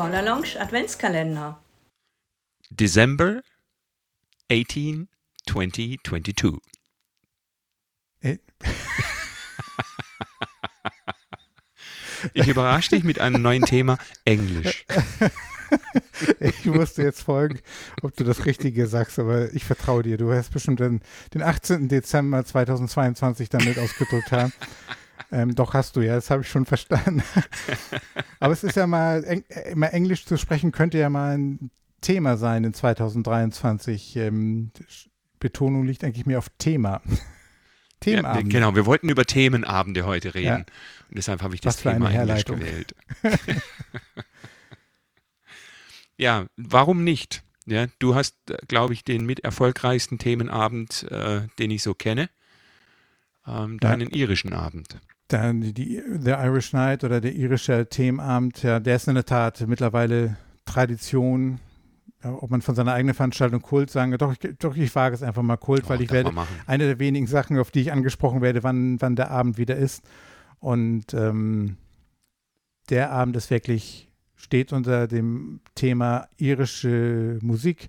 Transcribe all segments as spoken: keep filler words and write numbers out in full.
Cornerlounge Adventskalender. December eighteenth, twenty twenty-two. Äh, Ich überrasche dich mit einem neuen Thema, Englisch. Ich musste jetzt folgen, ob du das Richtige sagst, aber ich vertraue dir. Du hast bestimmt den, den achtzehnten Dezember zweitausendzweiundzwanzig damit ausgedrückt haben. Ähm, doch hast du ja, das habe ich schon verstanden. Aber es ist ja mal, eng, immer Englisch zu sprechen könnte ja mal ein Thema sein in zweitausenddreiundzwanzig. Ähm, Betonung liegt eigentlich mehr auf Thema. Themenabend. Ja, genau, wir wollten über Themenabende heute reden. Ja. Und deshalb habe ich das Was für Thema eine Englisch Herleitung. gewählt. Ja, warum nicht? Ja, du hast, glaube ich, den mit erfolgreichsten Themenabend, äh, den ich so kenne. Ähm, deinen irischen Abend. Dann die, die The Irish Night oder der irische Themenabend, ja, der ist in der Tat mittlerweile Tradition. Ja, ob man von seiner eigenen Veranstaltung Kult sagen, doch, ich, doch, ich wage es einfach mal Kult, Oh, weil ich darf werde man machen. eine der wenigen Sachen, auf die ich angesprochen werde, wann, wann der Abend wieder ist. Und ähm, der Abend ist wirklich, steht unter dem Thema irische Musik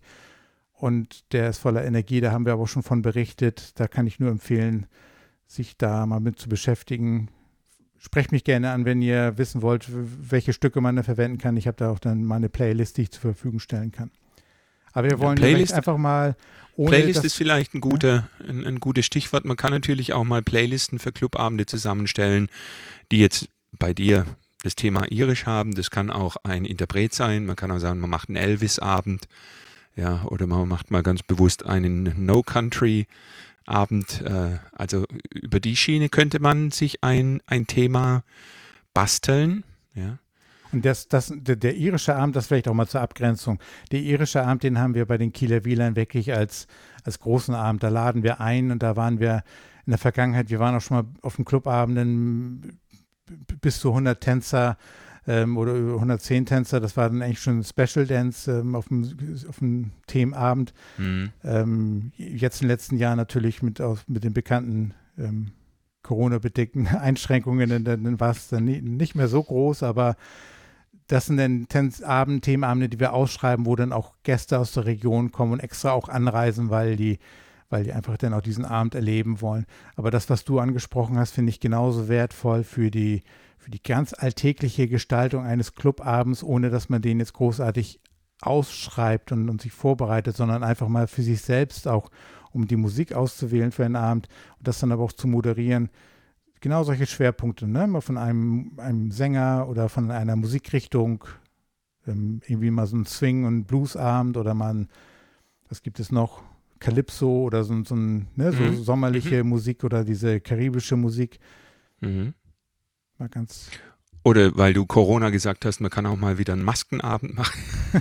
und der ist voller Energie, da haben wir aber auch schon von berichtet. Da kann ich nur empfehlen, sich da mal mit zu beschäftigen. Sprecht mich gerne an, wenn ihr wissen wollt, welche Stücke man da verwenden kann. Ich habe da auch dann mal eine Playlist, die ich zur Verfügung stellen kann. Aber wir wollen Playlist- vielleicht einfach mal ohne Playlist das, ist vielleicht ein, guter, ein, ein gutes Stichwort. Man kann natürlich auch mal Playlisten für Clubabende zusammenstellen, die jetzt bei dir das Thema irisch haben. Das kann auch ein Interpret sein. Man kann auch sagen, man macht einen Elvis-Abend, ja, oder man macht mal ganz bewusst einen No-Country-Abend. Äh, also über die Schiene könnte man sich ein, ein Thema basteln, ja. Und das, das, der, der irische Abend, das vielleicht auch mal zur Abgrenzung. Der irische Abend, den haben wir bei den Kieler Wielern wirklich als, als großen Abend. Da laden wir ein und da waren wir in der Vergangenheit, wir waren auch schon mal auf den Clubabenden b- bis zu hundert Tänzer ähm, oder über hundertzehn Tänzer. Das war dann eigentlich schon ein Special Dance ähm, auf, dem, auf dem Themenabend. Mhm. Ähm, jetzt in den letzten Jahren natürlich mit, auf, mit den bekannten ähm, Corona-bedingten Einschränkungen, dann, dann war es dann nie, nicht mehr so groß, aber das sind dann Tänzabende, Themenabende, die wir ausschreiben, wo dann auch Gäste aus der Region kommen und extra auch anreisen, weil die, weil die einfach dann auch diesen Abend erleben wollen. Aber das, was du angesprochen hast, finde ich genauso wertvoll für die, für die ganz alltägliche Gestaltung eines Clubabends, ohne dass man den jetzt großartig ausschreibt und, und sich vorbereitet, sondern einfach mal für sich selbst auch, um die Musik auszuwählen für einen Abend und das dann aber auch zu moderieren. Genau solche Schwerpunkte, ne? Mal von einem, einem Sänger oder von einer Musikrichtung, ähm, irgendwie mal so ein Swing- und Bluesabend oder mal ein, was gibt es noch, Calypso oder so, so, ein, ne? so Mhm. sommerliche Musik oder diese karibische Musik. Mhm. Mal ganz, Oder weil du Corona gesagt hast, man kann auch mal wieder einen Maskenabend machen.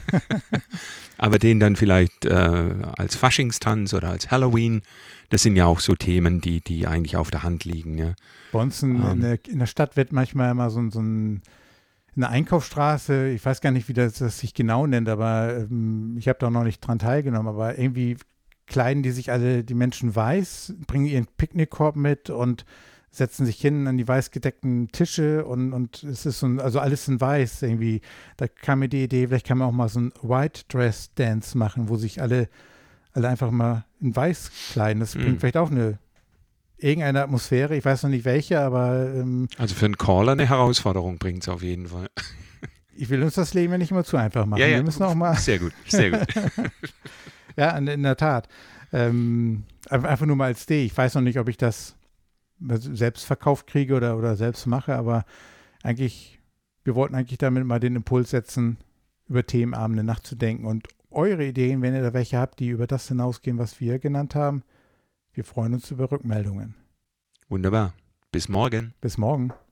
Aber den dann vielleicht äh, als Faschingstanz oder als Halloween. Das sind ja auch so Themen, die, die eigentlich auf der Hand liegen. Ja. bei uns in, Ähm. in, der, in der Stadt wird manchmal immer so, ein- so ein, eine Einkaufsstraße, ich weiß gar nicht, wie das, das sich genau nennt, aber ähm, ich habe da noch nicht dran teilgenommen, aber irgendwie kleiden die sich alle, die Menschen weiß, bringen ihren Picknickkorb mit und setzen sich hin an die weiß gedeckten Tische und, und es ist so ein, also alles in weiß irgendwie. Da kam mir die Idee, vielleicht kann man auch mal so ein White Dress Dance machen, wo sich alle, alle einfach mal in weiß kleiden. Das Mhm. bringt vielleicht auch eine irgendeine Atmosphäre, ich weiß noch nicht welche, aber ähm, Also für einen Caller eine Herausforderung bringt es auf jeden Fall. ich will uns das Leben ja nicht immer zu einfach machen. Ja, ja. Wir müssen auch mal, Sehr gut, sehr gut. ja, in, in der Tat. Ähm, einfach nur mal als Idee. Ich weiß noch nicht, ob ich das selbst verkauft kriege oder, oder selbst mache, aber eigentlich, wir wollten eigentlich damit mal den Impuls setzen, über Themenabende nachzudenken und eure Ideen, wenn ihr da welche habt, die über das hinausgehen, was wir genannt haben, wir freuen uns über Rückmeldungen. Wunderbar. Bis morgen. Bis morgen.